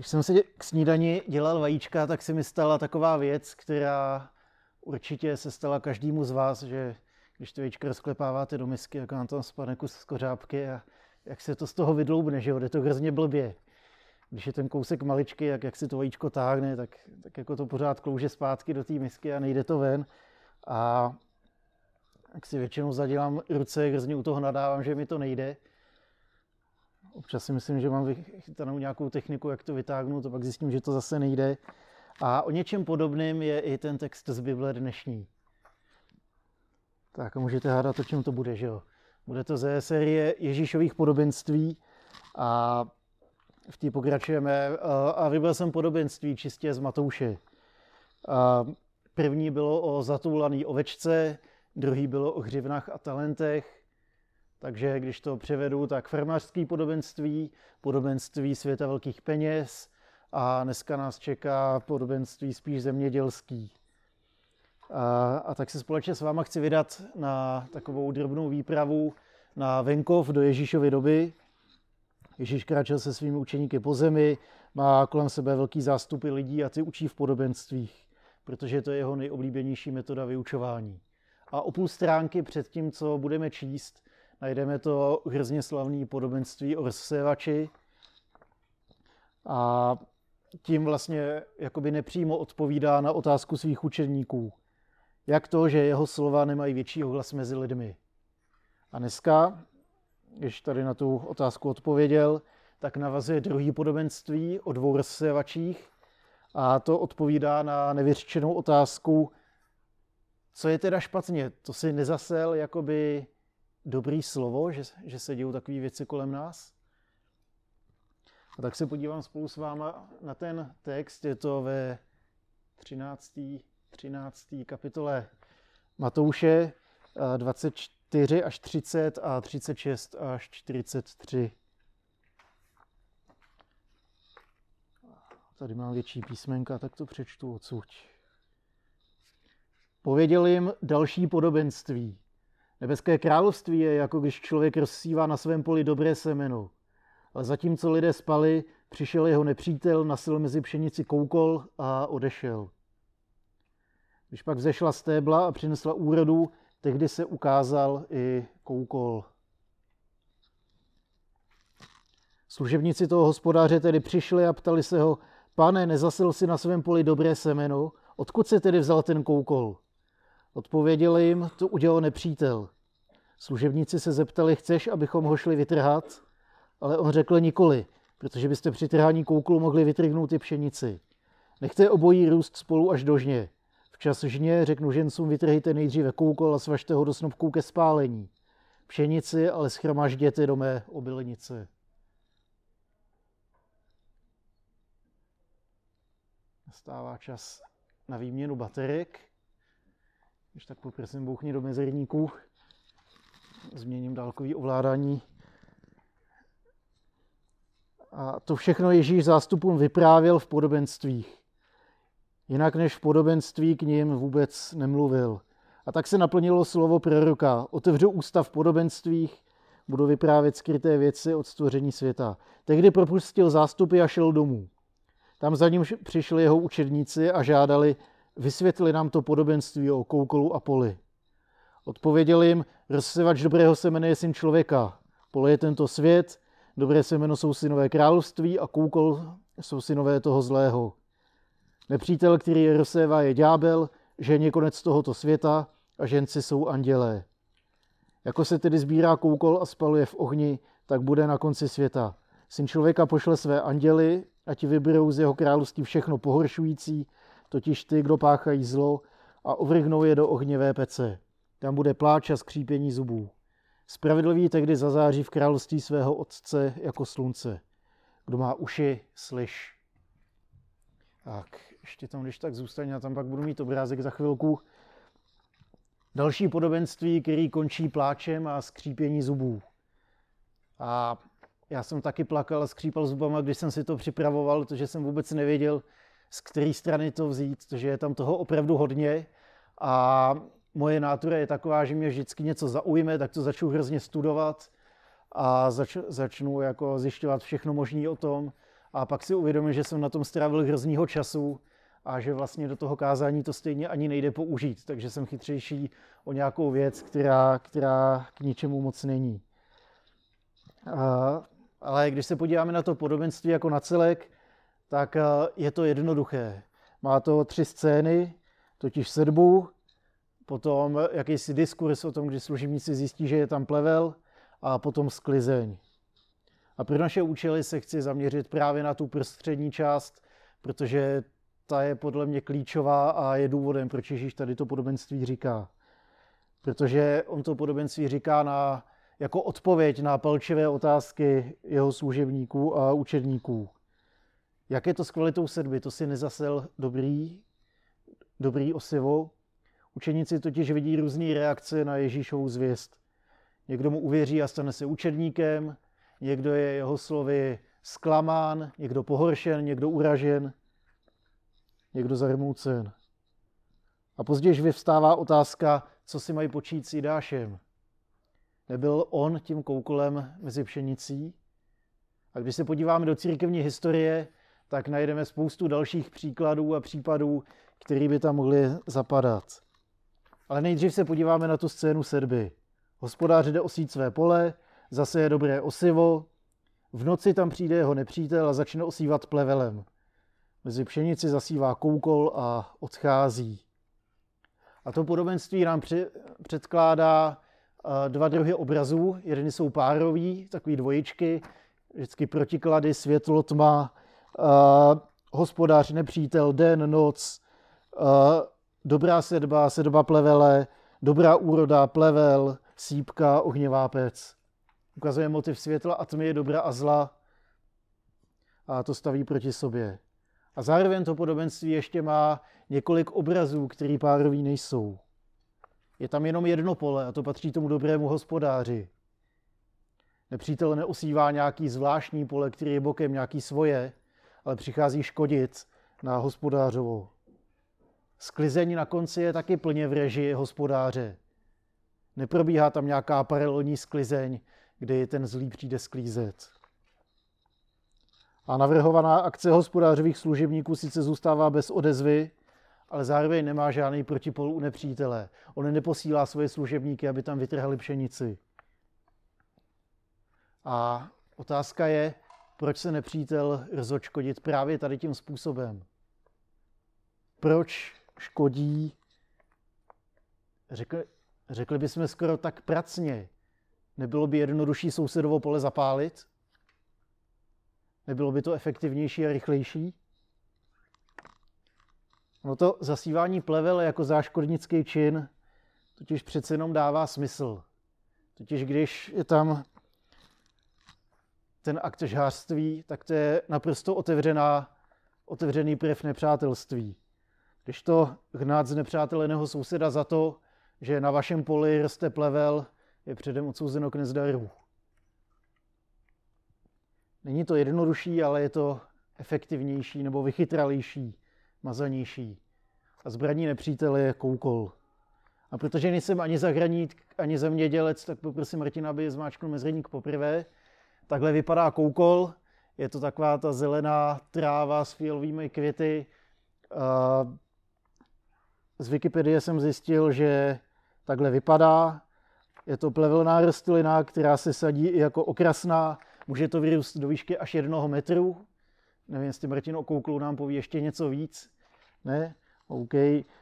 Když jsem si k snídani dělal vajíčka, tak se mi stala taková věc, která určitě se stala každému z vás, že když ty vajíčka rozklepáváte do misky, jak vám tam spadne kus z kořápky a jak se to z toho vydloubne, že jo, jde to hrozně blbě. Když je ten kousek maličký, jak si to vajíčko táhne, tak jako to pořád klouže zpátky do té misky a nejde to ven. A jak si většinou zadělám ruce, hrozně u toho nadávám, že mi to nejde. Občas si myslím, že mám vychytanou nějakou techniku, jak to vytáhnout, to pak zjistím, že to zase nejde. A o něčem podobným je i ten text z Bible dnešní. Tak a můžete hádat, o čem to bude, že jo? Bude to ze série Ježíšových podobenství a v té pokračujeme. A vybral jsem podobenství čistě z Matouše. A první bylo o zatoulané ovečce, druhý bylo o hřivnách a talentech. Takže když to převedu, tak farmářský podobenství, podobenství světa velkých peněz a dneska nás čeká podobenství spíš zemědělský. A tak se společně s váma chci vydat na takovou drobnou výpravu na venkov do Ježíšovy doby. Ježíš kráčel se svými učeníky po zemi, má kolem sebe velký zástupy lidí a ty učí v podobenstvích, protože to je jeho nejoblíbenější metoda vyučování. A o půl stránky před tím, co budeme číst, najdeme to hrozně slavné podobenství o rozsévači a tím vlastně jakoby nepřímo odpovídá na otázku svých učedníků. Jak to, že jeho slova nemají větší ohlas mezi lidmi. A dneska, když tady na tu otázku odpověděl, tak navazuje druhý podobenství o dvou rozsévačích a to odpovídá na nevyřčenou otázku, co je teda špatně. To si nezasel jakoby dobrý slovo, že se dějou takové věci kolem nás? A tak se podívám spolu s váma na ten text, je to ve 13. kapitole Matouše 24 až 30 a 36 až 43. Tady mám větší písmenka, tak to přečtu odsud. Pověděl jim další podobenství. Nebeské království je, jako když člověk rozsívá na svém poli dobré semeno. Ale zatímco lidé spali, přišel jeho nepřítel, nasyl mezi pšenici koukol a odešel. Když pak vzešla stébla a přinesla úrodu, tehdy se ukázal i koukol. Služebníci toho hospodáře tedy přišli a ptali se ho, pane, nezasil si na svém poli dobré semeno, odkud se tedy vzal ten koukol? Odpověděl jim, to udělal nepřítel. Služebníci se zeptali, chceš, abychom ho šli vytrhat? Ale on řekl nikoli, protože byste při trhání koukolu mohli vytrhnout i pšenici. Nechte obojí růst spolu až do žně. Včas žně řeknu žencům, vytrhejte nejdříve koukol a svažte ho do snopků ke spálení. Pšenici ale shromažděte do mé obilnice. Nastává čas na výměnu baterek. Když tak poprosím, bouchni do mezerníků. Změním dálkový ovládání. A to všechno Ježíš zástupům vyprávěl v podobenstvích. Jinak než v podobenství k nim vůbec nemluvil. A tak se naplnilo slovo proroka. Otevřu ústa v podobenstvích, budu vyprávět skryté věci od stvoření světa. Tehdy propustil zástupy a šel domů. Tam za ním přišli jeho učedníci a žádali, vysvětli nám to podobenství o koukolu a poli. Odpověděl jim, rozsévač dobrého semene je syn člověka. Pole je tento svět, dobré semeno jsou synové království a koukol jsou synové toho zlého. Nepřítel, který je rozsévá, je ďábel, žen je konec tohoto světa a ženci jsou andělé. Jako se tedy sbírá koukol a spaluje v ohni, tak bude na konci světa. Syn člověka pošle své anděly a ti vyberou z jeho království všechno pohoršující, totiž ty, kdo páchají zlo, a uvrhnou je do ohnivé pece. Tam bude pláč a skřípění zubů. Spravedlivý tehdy zazáří v království svého otce jako slunce. Kdo má uši, slyš. Tak, ještě tam, když tak zůstane, a tam pak budu mít obrázek za chvilku. Další podobenství, který končí pláčem a skřípění zubů. A já jsem taky plakal a skřípal zubama, když jsem si to připravoval, protože jsem vůbec nevěděl, z které strany to vzít, protože je tam toho opravdu hodně. A moje nátura je taková, že mě vždycky něco zaujme, tak to začnu hrozně studovat a začnu jako zjišťovat všechno možné o tom. a pak si uvědomil, že jsem na tom strávil hroznýho času a že vlastně do toho kázání to stejně ani nejde použít, takže jsem chytřejší o nějakou věc, která k ničemu moc není. Ale když se podíváme na to podobenství jako na celek, tak je to jednoduché. Má to 3 scény, totiž sedbu, potom jakýsi diskurs o tom, kdy služebníci zjistí, že je tam plevel, a potom sklizeň. A pro naše účely se chci zaměřit právě na tu prostřední část, protože ta je podle mě klíčová a je důvodem, proč Ježíš tady to podobenství říká. Protože on to podobenství říká jako odpověď na palčivé otázky jeho služebníků a učedníků. Jak je to s kvalitou sedby? To si nezasel dobrý osivo? Učeníci totiž vidí různé reakce na Ježíšovu zvěst. Někdo mu uvěří a stane se učedníkem, někdo je jeho slovy zklamán, někdo pohoršen, někdo uražen, někdo zarmoucen. A později vyvstává otázka, co si mají počít s Jidášem. Nebyl on tím koukolem mezi pšenicí? A když se podíváme do církevní historie, tak najdeme spoustu dalších příkladů a případů, které by tam mohly zapadat. Ale nejdřív se podíváme na tu scénu sedby. Hospodář jde osít své pole, zase je dobré osivo, v noci tam přijde jeho nepřítel a začne osívat plevelem. Mezi pšenici zasívá koukol a odchází. A to podobenství nám předkládá 2 druhy obrazů. Jedny jsou párový, takový dvojičky, vždycky protiklady, světlo, tma, hospodář, nepřítel, den, noc, dobrá sedba, sedba plevele, dobrá úroda, plevel, sýpka, ohnivá pec. Ukazuje motiv světla a tmy, dobra a zla a to staví proti sobě. A zároveň to podobenství ještě má několik obrazů, které pároví nejsou. Je tam jenom jedno pole a to patří tomu dobrému hospodáři. Nepřítel neosívá nějaký zvláštní pole, který je bokem nějaký svoje, ale přichází škodit na hospodářovo. Sklizeň na konci je taky plně v režii hospodáře. Neprobíhá tam nějaká paralelní sklizeň, kdy ten zlý přijde sklízet. A navrhovaná akce hospodářových služebníků sice zůstává bez odezvy, ale zároveň nemá žádný protipol u nepřítele. On neposílá svoje služebníky, aby tam vytrhali pšenici. A otázka je, proč se nepřítel rozhodl škodit právě tady tím způsobem. Proč škodí, řekli bychom skoro tak pracně. Nebylo by jednodušší sousedovo pole zapálit? Nebylo by to efektivnější a rychlejší? No to zasívání plevele jako záškodnický čin totiž přece jenom dává smysl. Totiž když je tam ten akt žhářství, tak to je naprosto otevřený projev nepřátelství. Když to hnát z nepřáteleného souseda za to, že na vašem poli roste plevel, je předem odsouzeno k nezdaru. Není to jednodušší, ale je to efektivnější nebo vychytralejší, mazanější. A zbraní nepřítele je koukol. A protože nejsem ani zahraník, ani zemědělec, tak poprosím Martina, aby zmáčknul mezřeník poprvé. Takhle vypadá koukol. Je to taková ta zelená tráva s fialovými květy. Z Wikipedie jsem zjistil, že takhle vypadá. Je to plevelná rostlina, která se sadí i jako okrasná. Může to vyrůst do výšky až 1 metru. Nevím, jestli Martin o kouklu nám poví ještě něco víc. Ne? OK.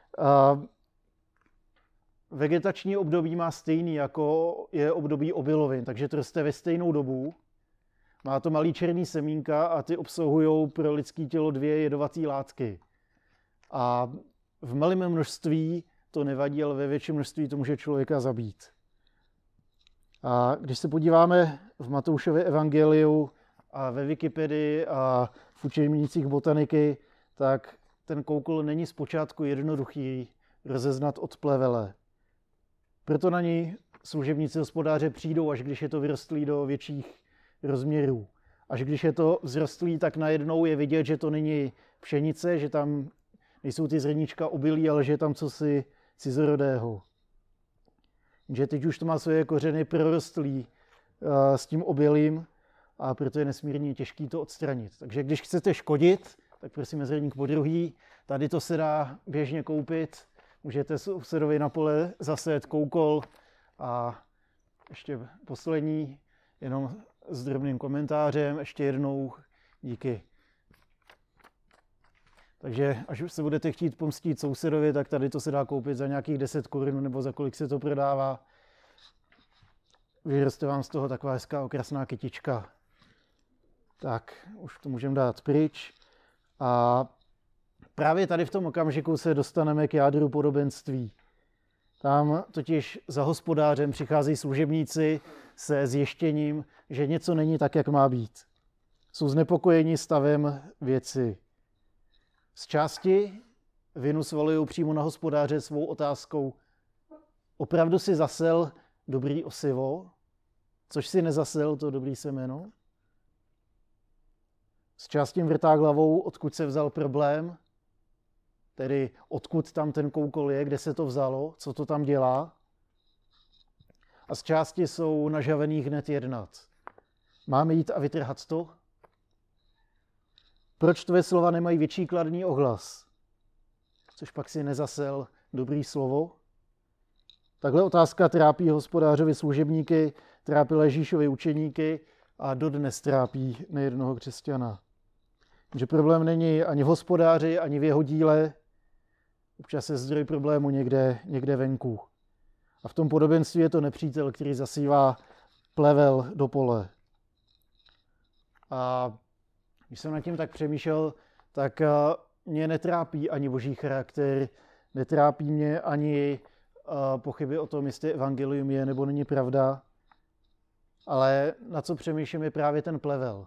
Vegetační období má stejný, jako je období obilovin, takže to roste ve stejnou dobu. Má to malý černý semínka a ty obsahují pro lidské tělo 2 jedovaté látky. A v malém množství to nevadí, ale ve větším množství to může člověka zabít. A když se podíváme v Matoušově evangeliu a ve Wikipedii a v učebnicích botaniky, tak ten koukol není zpočátku jednoduchý rozeznat od plevele. Proto na něj služebníci hospodáře přijdou, až když je to vyrostlý do větších rozměrů. Až když je to vzrostlý, tak najednou je vidět, že to není pšenice, že tam nejsou ty zrníčka obilí, ale že je tam cosi cizorodého. Že teď už to má své kořeny prorostlý s tím obilím a proto je nesmírně těžký to odstranit. Takže když chcete škodit, tak prosím zrník podruhý. Tady to se dá běžně koupit. Můžete sousedovi na pole zasét koukol a ještě poslední, jenom s drobným komentářem, ještě jednou díky. Takže až se budete chtít pomstít sousedovi, tak tady to se dá koupit za nějakých 10 korun nebo za kolik se to prodává. Vyroste vám z toho taková hezká okrasná kytička. Tak, už to můžeme dát pryč. A právě tady v tom okamžiku se dostaneme k jádru podobenství. Tam totiž za hospodářem přicházejí služebníci se zjištěním, že něco není tak, jak má být. Jsou znepokojeni stavem věci. Z části vinu svalují přímo na hospodáře svou otázkou: opravdu si zasel dobrý osivo, což si nezasel to dobrý semeno? Z části vrtá hlavou, odkud se vzal problém, tedy odkud tam ten koukol je, kde se to vzalo, co to tam dělá. A z části jsou nažavený hned jednat. Máme jít a vytrhat to? Proč tvé slova nemají větší kladný ohlas? Což pak si nezasel dobrý slovo? Takhle otázka trápí hospodářovi služebníky, trápila Ježíšovi učeníky a dodnes trápí nejednoho křesťana. Že problém není ani v hospodáři, ani v jeho díle. Občas je zdroj problému někde venku. A v tom podobenství je to nepřítel, který zasívá plevel do pole. A když jsem nad tím tak přemýšlel, tak mě netrápí ani boží charakter, netrápí mě ani pochyby o tom, jestli evangelium je nebo není pravda, ale na co přemýšlím je právě ten plevel.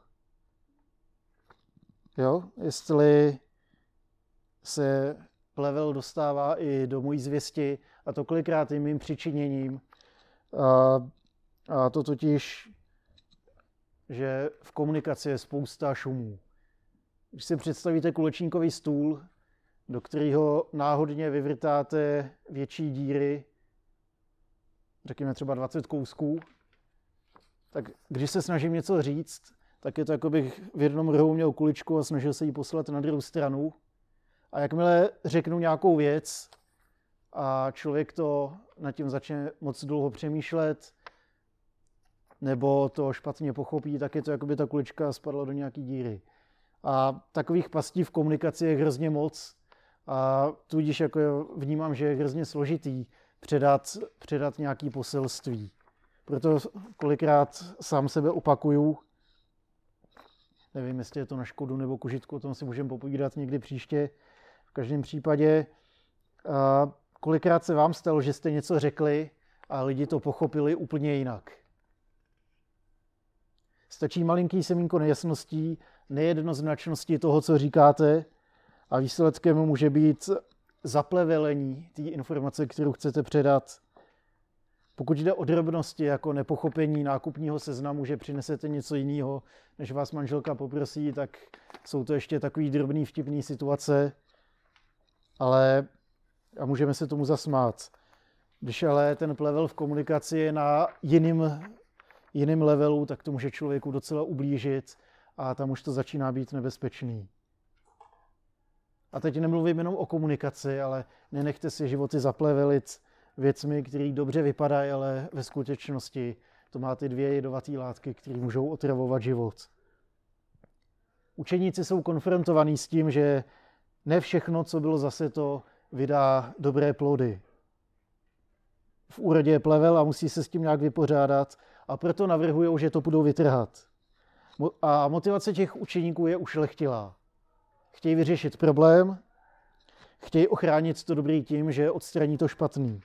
Jo? Jestli se plevel dostává i do mojí zvěsti, a to kolikrát i mým přičiněním. A to totiž, že v komunikaci je spousta šumů. Když si představíte kulečníkový stůl, do kterého náhodně vyvrtáte větší díry, řekněme třeba 20 kousků, tak když se snažím něco říct, tak je to, jako bych v jednom rohu měl kuličku a snažil se ji poslat na druhou stranu. A jakmile řeknu nějakou věc a člověk to nad tím začne moc dlouho přemýšlet, nebo to špatně pochopí, tak je to, jako by ta kulička spadla do nějaký díry. A takových pastí v komunikaci je hrozně moc a tudíž jako vnímám, že je hrozně složitý předat nějaké poselství. Proto kolikrát sám sebe opakuju. Nevím, jestli je to na škodu nebo k užitku, o tom si můžeme popovídat někdy příště. V každém případě, kolikrát se vám stalo, že jste něco řekli a lidi to pochopili úplně jinak. Stačí malinký semínko nejasností, nejednoznačnosti toho, co říkáte, a výsledkem může být zaplevelení té informace, kterou chcete předat. Pokud jde o drobnosti, jako nepochopení nákupního seznamu, že přinesete něco jiného, než vás manželka poprosí, tak jsou to ještě takový drobný vtipný situace, ale a můžeme se tomu zasmát. Když ale ten plevel v komunikaci je na jiným levelu, tak to může člověku docela ublížit a tam už to začíná být nebezpečný. A teď nemluvím jenom o komunikaci, ale nenechte si životy zaplevelit věcmi, které dobře vypadají, ale ve skutečnosti to má ty 2 jedovaté látky, které můžou otravovat život. Učeníci jsou konfrontovaní s tím, že ne všechno, co bylo zaseto, vydá dobré plody. V úrodě je plevel a musí se s tím nějak vypořádat a proto navrhují, že to budou vytrhat. A motivace těch učeníků je ušlechtilá. Chtějí vyřešit problém, chtějí ochránit to dobrý tím, že odstraní to špatný.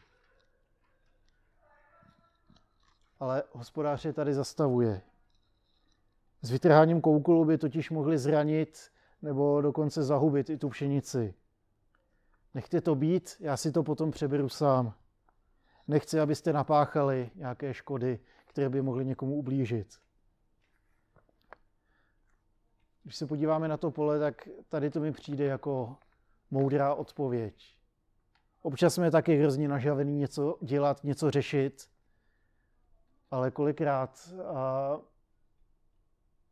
Ale hospodář je tady zastavuje. S vytrháním koukolu by totiž mohli zranit nebo dokonce zahubit i tu pšenici. Nechte to být, já si to potom přeberu sám. Nechci, abyste napáchali nějaké škody, které by mohly někomu ublížit. Když se podíváme na to pole, tak tady to mi přijde jako moudrá odpověď. Občas jsme taky hrozně nažavení něco dělat, něco řešit, ale kolikrát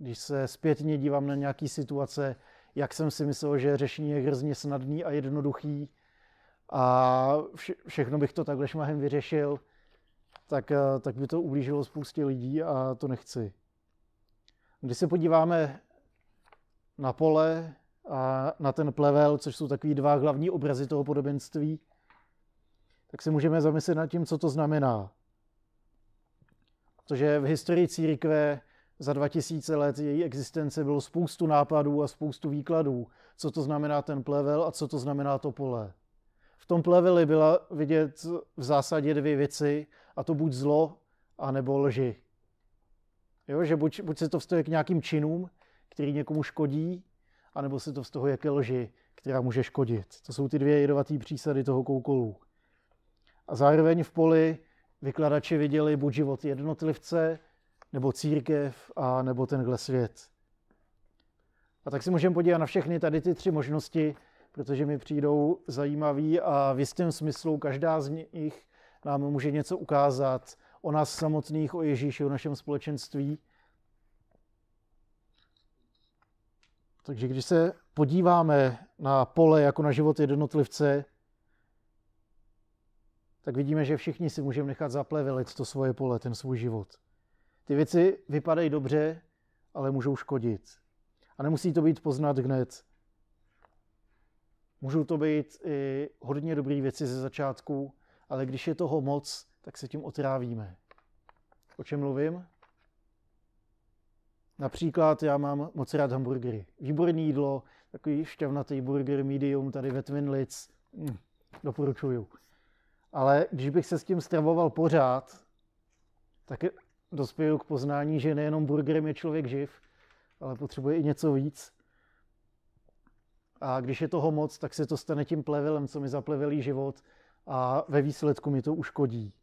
když se zpětně dívám na nějaké situace, jak jsem si myslel, že řešení je hrozně snadný a jednoduchý a všechno bych to takhle šmahem vyřešil, tak by to ublížilo spoustě lidí a to nechci. Když se podíváme na pole a na ten plevel, což jsou takový dva hlavní obrazy toho podobenství, tak se můžeme zamyslet nad tím, co to znamená. Protože v historii církve za 2000 let její existence bylo spoustu nápadů a spoustu výkladů, co to znamená ten plevel a co to znamená to pole. V tom pleveli byla vidět v zásadě dvě věci, a to buď zlo, anebo lži. Jo, že buď se to vztahuje k nějakým činům, který někomu škodí, anebo se to vztahuje ke lži, která může škodit. To jsou ty dvě jedovaté přísady toho koukolu. A zároveň v poli vykladači viděli buď život jednotlivce, nebo církev, a nebo tenhle svět. A tak si můžeme podívat na všechny tady ty tři možnosti, protože mi přijdou zajímavý a v jistém smyslu každá z nich nám může něco ukázat o nás samotných, o Ježíši, o našem společenství. Takže když se podíváme na pole jako na život jednotlivce, tak vidíme, že všichni si můžeme nechat zaplevelit to svoje pole, ten svůj život. Ty věci vypadají dobře, ale můžou škodit. A nemusí to být poznat hned. Můžou to být i hodně dobré věci ze začátku, ale když je toho moc, tak se tím otrávíme. O čem mluvím? Například já mám moc rád hamburgery. Výborné jídlo, takový šťavnatý burger medium tady ve Twin Lids. Doporučuju. Ale když bych se s tím stravoval pořád, tak dospěju k poznání, že nejenom burgerem je člověk živ, ale potřebuje i něco víc. A když je toho moc, tak se to stane tím plevelem, co mi zaplevelí život a ve výsledku mi to uškodí.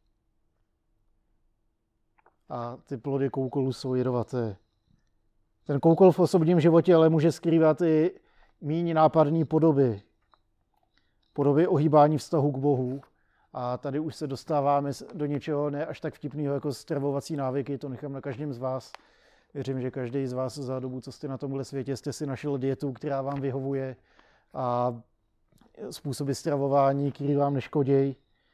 A ty plody koukolu jsou jedovaté. Ten koukol v osobním životě ale může skrývat i míň nápadné podoby. Podoby ohýbání vztahu k Bohu. A tady už se dostáváme do něčeho ne až tak vtipného jako stravovací návyky, to nechám na každém z vás. Věřím, že každý z vás za dobu, co jste na tomhle světě, jste si našel dietu, která vám vyhovuje a způsoby stravování, které vám neškodějí.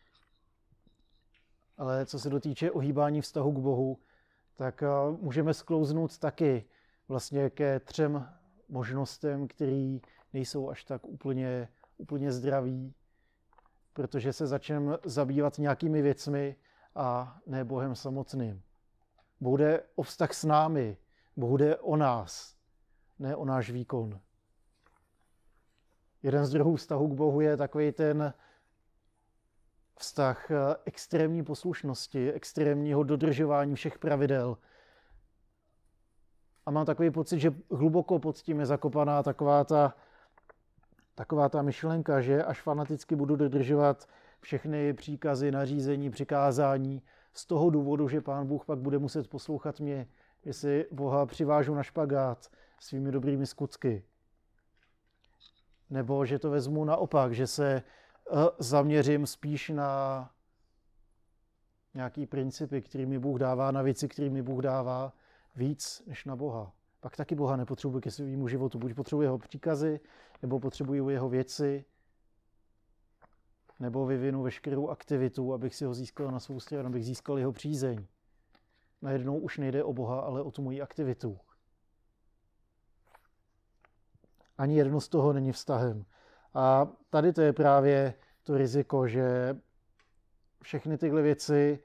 Ale co se dotýče ohýbání vztahu k Bohu, tak můžeme sklouznout taky vlastně ke třem možnostem, které nejsou až tak úplně zdraví, protože se začneme zabývat nějakými věcmi a ne Bohem samotným. Bůh jde o vztah s námi, Bůh jde o nás, ne o náš výkon. Jeden z druhů vztahu k Bohu je takový ten vztah extrémní poslušnosti, extrémního dodržování všech pravidel. A mám takový pocit, že hluboko pod tím je zakopaná taková ta myšlenka, že až fanaticky budu dodržovat všechny příkazy, nařízení, přikázání z toho důvodu, že Pán Bůh pak bude muset poslouchat mě, že si Boha přivážu na špagát svými dobrými skutky. Nebo že to vezmu naopak, že se zaměřím spíš na nějaký principy, který mi Bůh dává, na věci, které mi Bůh dává, víc než na Boha. Pak taky Boha nepotřebuji ke svému životu. Buď potřebuji jeho příkazy, nebo potřebuji jeho věci, nebo vyvinu veškerou aktivitu, abych si ho získal na svou stranu, abych získal jeho přízeň. Najednou už nejde o Boha, ale o tu moji aktivitu. Ani jedno z toho není vztahem. A tady to je právě to riziko, že všechny tyhle věci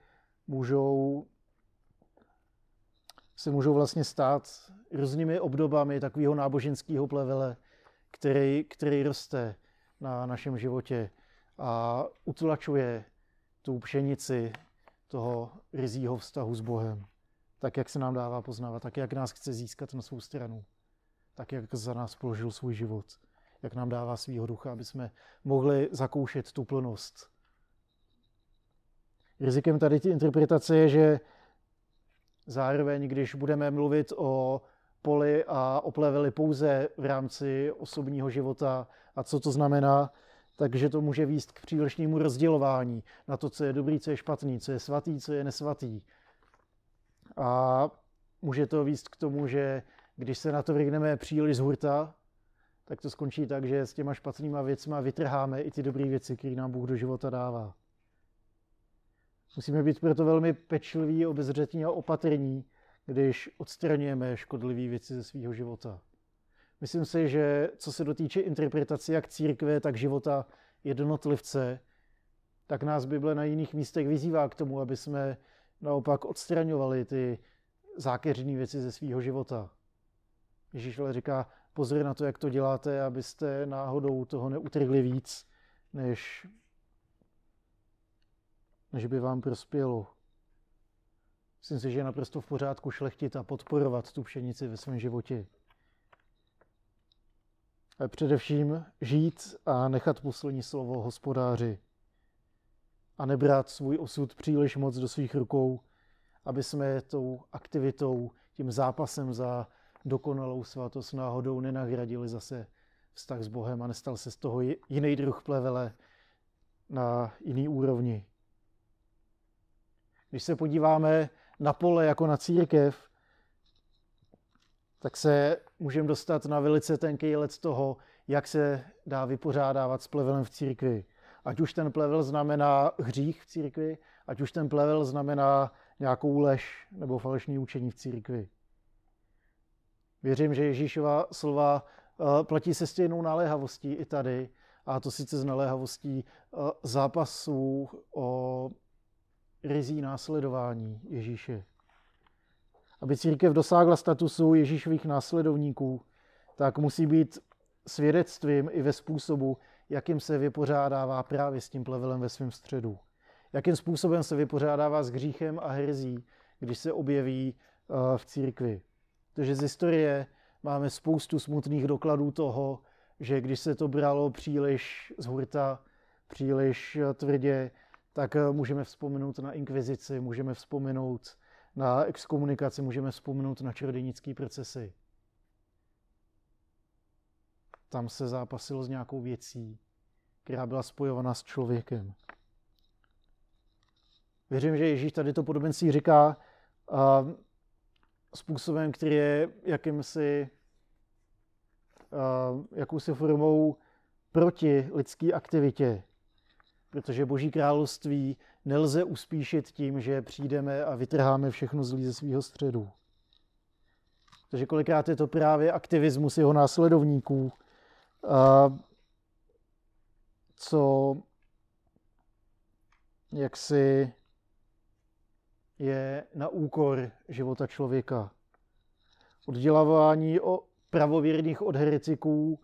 se můžou vlastně stát různými obdobami takového náboženského plevele, který roste na našem životě a utlačuje tu pšenici toho ryzího vztahu s Bohem. Tak, jak se nám dává poznávat, tak, jak nás chce získat na svou stranu, tak, jak za nás položil svůj život, jak nám dává svýho ducha, aby jsme mohli zakoušet tu plnost. Rizikem tady ty interpretace je, že zároveň, když budeme mluvit o poli a o pleveli pouze v rámci osobního života a co to znamená, takže to může vést k přílišnému rozdělování na to, co je dobrý, co je špatný, co je svatý, co je nesvatý. A může to vést k tomu, že Když se na to vrhneme příliš z hurta, tak to skončí tak, že s těma špatnýma věcma vytrháme i ty dobré věci, které nám Bůh do života dává. Musíme být proto velmi pečliví, obezřetní a opatrní, když odstraňujeme škodlivé věci ze svého života. Myslím si, že co se dotýče interpretace jak církve, tak života jednotlivce, tak nás Bible na jiných místech vyzývá k tomu, aby jsme naopak odstraňovali ty zákeřné věci ze svého života. Ježíš ale říká, pozor na to, jak to děláte, abyste náhodou toho neutrhli víc, než by vám prospělo. Myslím si, že je naprosto v pořádku šlechtit a podporovat tu pšenici ve svém životě. Ale především žít a nechat poslední slovo Hospodáři. A nebrát svůj osud příliš moc do svých rukou, aby jsme tou aktivitou, tím zápasem za dokonalou svatost náhodou nenahradili zase vztah s Bohem a nestal se z toho jiný druh plevele na jiný úrovni. Když se podíváme na pole jako na církev, tak se můžeme dostat na velice tenký led toho, jak se dá vypořádávat s plevelem v církvi. Ať už ten plevel znamená hřích v církvi, ať už ten plevel znamená nějakou lež nebo falešné učení v církvi. Věřím, že Ježíšova slova platí se stejnou naléhavostí i tady, a to sice z naléhavostí zápasů o rizí následování Ježíše. Aby církev dosáhla statusu Ježíšových následovníků, tak musí být svědectvím i ve způsobu, jakým se vypořádává právě s tím plevelem ve svém středu. Jakým způsobem se vypořádává s hříchem a herzí, když se objeví v církvi. Protože z historie máme spoustu smutných dokladů toho, že když se to bralo příliš z hurta, příliš tvrdě, tak můžeme vzpomenout na inkvizici, můžeme vzpomenout na exkomunikaci, můžeme vzpomenout na čarodějnické procesy. Tam se zápasilo s nějakou věcí, která byla spojovaná s člověkem. Věřím, že Ježíš tady to podobenství říká způsobem, který je jakousi formou proti lidské aktivitě. Protože Boží království nelze uspíšit tím, že přijdeme a vytrháme všechno zlý ze svého středu. Takže kolikrát je to právě aktivismus jeho následovníků, co jaksi je na úkor života člověka. Oddělování pravověrných od heretiků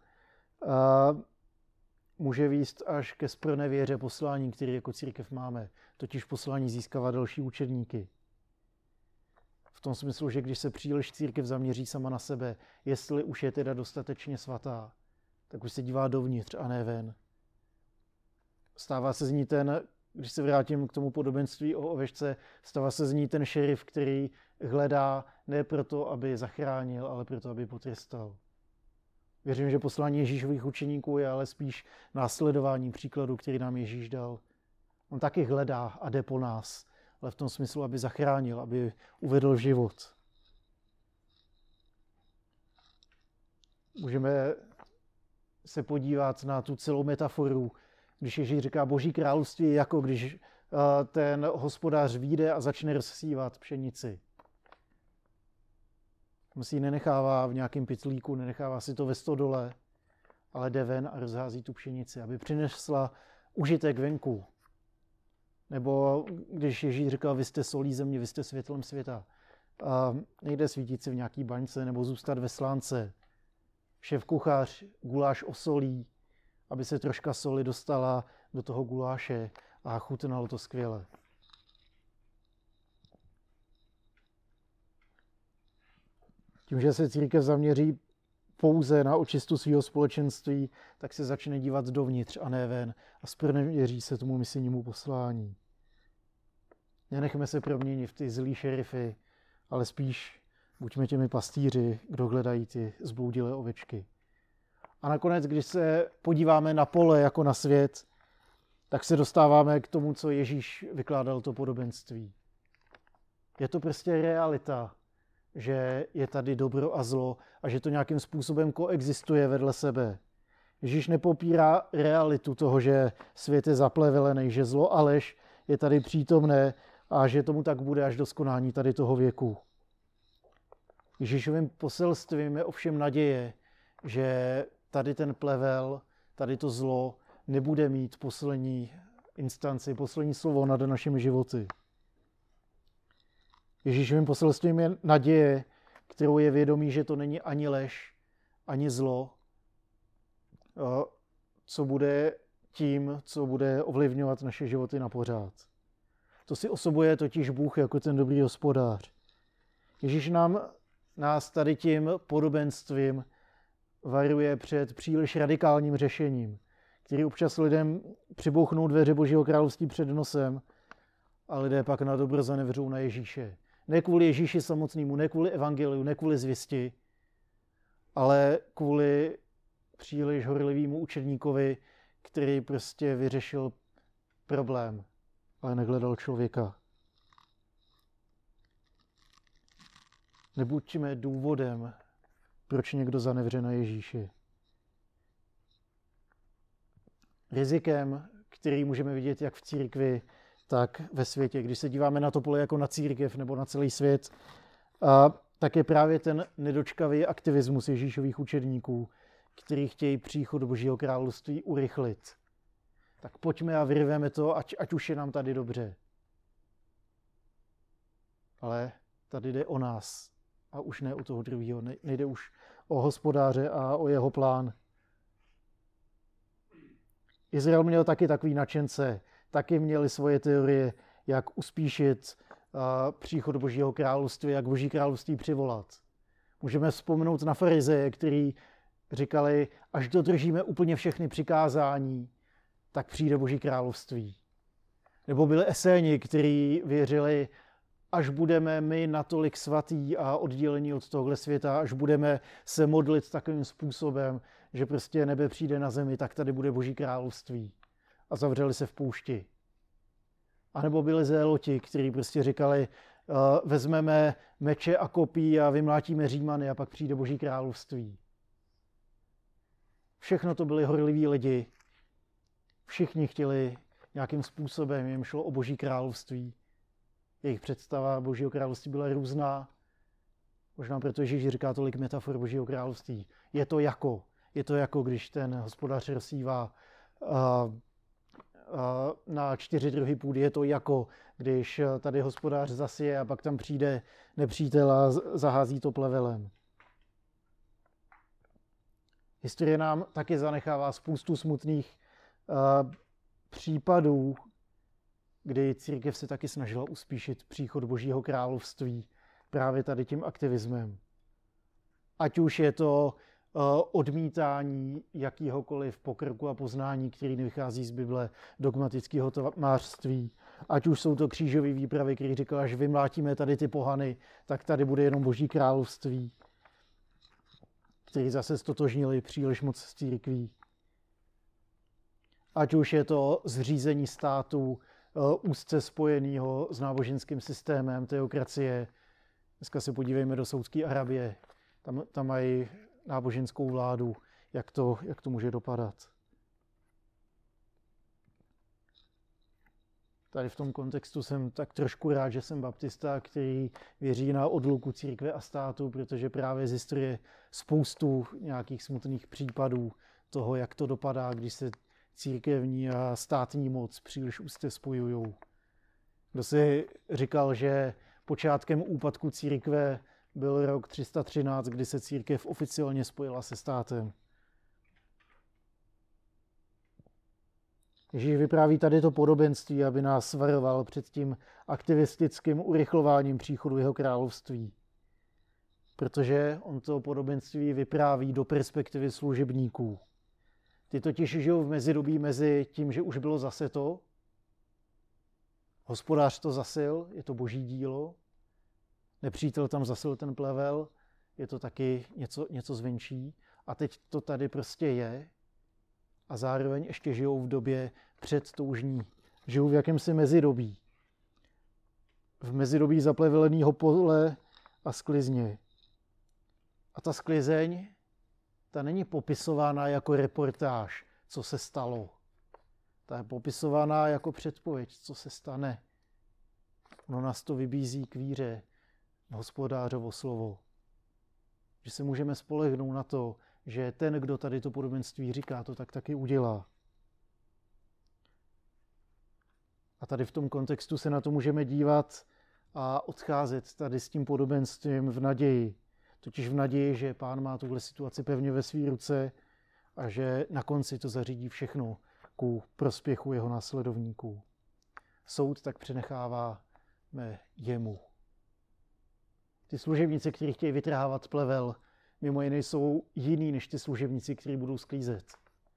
může vést až ke zpronevěře poslání, které jako církev máme, totiž poslání získávat další učedníky. V tom smyslu, že když se příliš církev zaměří sama na sebe, jestli už je teda dostatečně svatá, tak už se dívá dovnitř a ne ven. Stává se z ní když se vrátím k tomu podobenství o ovečce, stává se z ní ten šerif, který hledá ne proto, aby zachránil, ale proto, aby potrestal. Věřím, že poslání Ježíšových učeníků je ale spíš následování příkladu, který nám Ježíš dal. On taky hledá a jde po nás, ale v tom smyslu, aby zachránil, aby uvedl v život. Můžeme se podívat na tu celou metaforu, když Ježíš říká, Boží království je jako když ten hospodář vyjde a začne rozsívat pšenici. On si ji nenechává v nějakém pytlíku, nenechává si to ve stodole, ale jde ven a rozhází tu pšenici, aby přinesla užitek venku. Nebo když Ježíš říkal, vy jste solí země, vy jste světlem světa. Nejde svítit si v nějaký baňce nebo zůstat ve slánce. Šéf kuchař guláš osolí, aby se troška soli dostala do toho guláše a chutnalo to skvěle. Tím, že se církev zaměří pouze na očistu svého společenství, tak se začne dívat dovnitř a ne ven a zpronevěří se tomu misijnímu poslání. Nenechme se proměnit v ty zlý šerify, ale spíš buďme těmi pastýři, kdo hledají ty zbloudilé ovečky. A nakonec, když se podíváme na pole jako na svět, tak se dostáváme k tomu, co Ježíš vykládal to podobenství. Je to prostě realita, že je tady dobro a zlo a že to nějakým způsobem koexistuje vedle sebe. Ježíš nepopírá realitu toho, že svět je zaplevelený, že zlo a lež je tady přítomné a že tomu tak bude až do skonání tady toho věku. Ježíšovým poselstvím je ovšem naděje, že tady ten plevel, tady to zlo nebude mít poslední instanci, poslední slovo nad našimi životy. Ježíšovým poselstvím je naděje, kterou je vědomí, že to není ani lež, ani zlo, co bude tím, co bude ovlivňovat naše životy na pořád. To si osobuje totiž Bůh jako ten dobrý hospodář. Ježíš nás tady tím podobenstvím varuje před příliš radikálním řešením, který občas lidem přibouchnou dveře Božího království před nosem a lidé pak na dobro zanevřou na Ježíše. Ne kvůli Ježíši samotnému, ne kvůli evangeliu, ne kvůli zvěsti, ale kvůli příliš horlivému učedníkovi, který prostě vyřešil problém, ale nehledal člověka. Nebuďme důvodem, proč někdo zanevře na Ježíši. Rizikem, který můžeme vidět jak v církvi, tak ve světě. Když se díváme na to pole jako na církev nebo na celý svět, tak je právě ten nedočkavý aktivismus Ježíšových učedníků, kteří chtějí příchod do Božího království urychlit. Tak pojďme a vyrveme to, ať už je nám tady dobře. Ale tady jde o nás a už ne o toho druhého. Nejde už o hospodáře a o jeho plán. Izrael měl taky takový nadšence, taky měli svoje teorie, jak uspíšit příchod Božího království, jak Boží království přivolat. Můžeme vzpomenout na farizeje, kteří říkali, až dodržíme úplně všechny přikázání, tak přijde Boží království. Nebo byli eséni, kteří věřili, až budeme my natolik svatí a oddělení od tohle světa, až budeme se modlit takovým způsobem, že prostě nebe přijde na zemi, tak tady bude Boží království. A zavřeli se v poušti. A nebo byli zéloti, kteří prostě říkali, vezmeme meče a kopí a vymlátíme Římany a pak přijde Boží království. Všechno to byli horliví lidi. Všichni chtěli nějakým způsobem, jim šlo o Boží království. Jejich představa Božího království byla různá. Možná proto Ježíš říká tolik metafor Božího království. Je to jako když ten hospodář rozsívá na 4 druhy půdy. Je to jako když tady hospodář zasije a pak tam přijde nepřítel a zahází to plevelem. Historie nám taky zanechává spoustu smutných případů, kdy církev se taky snažila uspíšit příchod Božího království právě tady tím aktivismem. Ať už je to odmítání jakýhokoliv pokroku a poznání, který nevychází z Bible, dogmatického tmářství, ať už jsou to křížové výpravy, který říkal, až vymlátíme tady ty pohany, tak tady bude jenom Boží království, který zase stotožnili příliš moc s církví. Ať už je to zřízení státu úzce spojeného s náboženským systémem, teokracie. Dneska se podívejme do Saúdské Arabie. Tam mají náboženskou vládu, jak to může dopadat. Tady v tom kontextu jsem tak trošku rád, že jsem baptista, který věří na odluku církve a státu, protože právě z historie spoustu nějakých smutných případů toho, jak to dopadá, když se církevní a státní moc příliš úzce spojují. Kdo si říkal, že počátkem úpadku církve byl rok 313, kdy se církev oficiálně spojila se státem. Ježíš vypráví tady to podobenství, aby nás varoval před tím aktivistickým urychlováním příchodu jeho království. Protože on to podobenství vypráví do perspektivy služebníků. Ty totiž žijou v mezidobí mezi tím, že už bylo zaseto, hospodář to zasil, je to Boží dílo, nepřítel tam zasil ten plevel, je to taky něco zvenčí a teď to tady prostě je a zároveň ještě žijou v době předtoužní. Žijou v jakémsi mezidobí. V mezidobí zapleveleného pole a sklizni. A ta sklizeň, ta není popisována jako reportáž, co se stalo. Ta je popisována jako předpověď, co se stane. No nás to vybízí k víře v Hospodářovo slovo. Že se můžeme spolehnout na to, že ten, kdo tady to podobenství říká, to tak taky udělá. A tady v tom kontextu se na to můžeme dívat a odcházet tady s tím podobenstvím v naději. Totiž v naději, že Pán má tuhle situaci pevně ve své ruce a že na konci to zařídí všechno ku prospěchu jeho následovníků. Soud tak přenecháváme jemu. Ty služebníci, kteří chtějí vytrhávat plevel, mimo jiné jsou jiný než ty služebníci, kteří budou sklízet.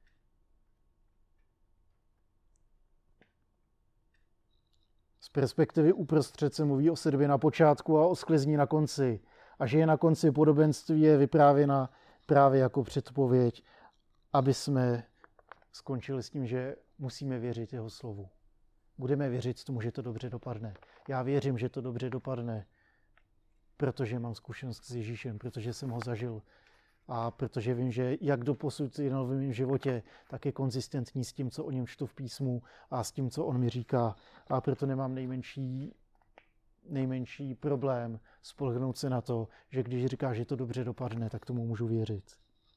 Z perspektivy uprostřed se mluví o sedbě na počátku a o sklizní na konci. A že je na konci podobenství je vyprávěna právě jako předpověď, aby jsme skončili s tím, že musíme věřit jeho slovu. Budeme věřit tomu, že to dobře dopadne. Já věřím, že to dobře dopadne, protože mám zkušenost s Ježíšem, protože jsem ho zažil a protože vím, že jak doposud je v mém životě, tak je konzistentní s tím, co o něm čtu v písmu a s tím, co on mi říká. A proto nemám nejmenší problém spolehnout se na to, že když říká, že to dobře dopadne, tak tomu můžu věřit.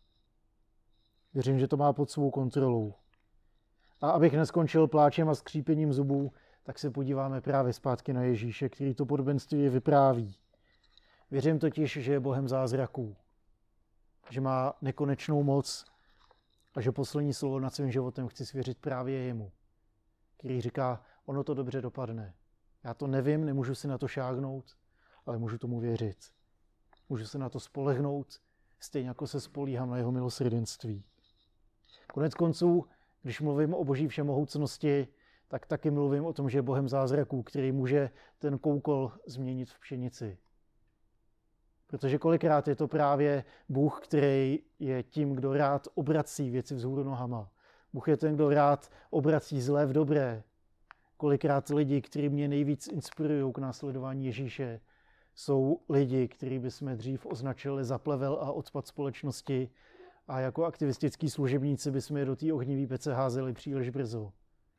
Věřím, že to má pod svou kontrolou. A abych neskončil pláčem a skřípěním zubů, tak se podíváme právě zpátky na Ježíše, který to podobenství vypráví. Věřím totiž, že je Bohem zázraků, že má nekonečnou moc a že poslední slovo nad svým životem chci svěřit právě jemu, který říká, ono to dobře dopadne. Já to nevím, nemůžu si na to šáhnout, ale můžu tomu věřit. Můžu se na to spolehnout, stejně jako se spolíhám na jeho milosrdenství. Konec konců, když mluvím o boží všemohoucnosti, tak taky mluvím o tom, že je Bohem zázraků, který může ten koukol změnit v pšenici. Protože kolikrát je to právě Bůh, který je tím, kdo rád obrací věci vzhůru nohama. Bůh je ten, kdo rád obrací zlé v dobré. Kolikrát lidi, kteří mě nejvíc inspirují k následování Ježíše, jsou lidi, který bychom dřív označili za plevel a odpad společnosti a jako aktivistický služebníci bychom je do té ohnivý pece házeli příliš brzo.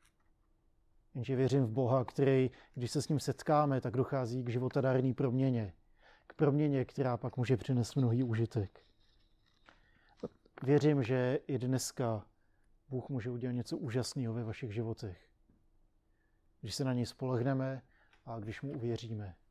Jenže věřím v Boha, který, když se s ním setkáme, tak dochází k životadárné proměně. K proměně, která pak může přinést mnohý užitek. Věřím, že i dneska Bůh může udělat něco úžasného ve vašich životech. Když se na něj spolehneme a když mu uvěříme.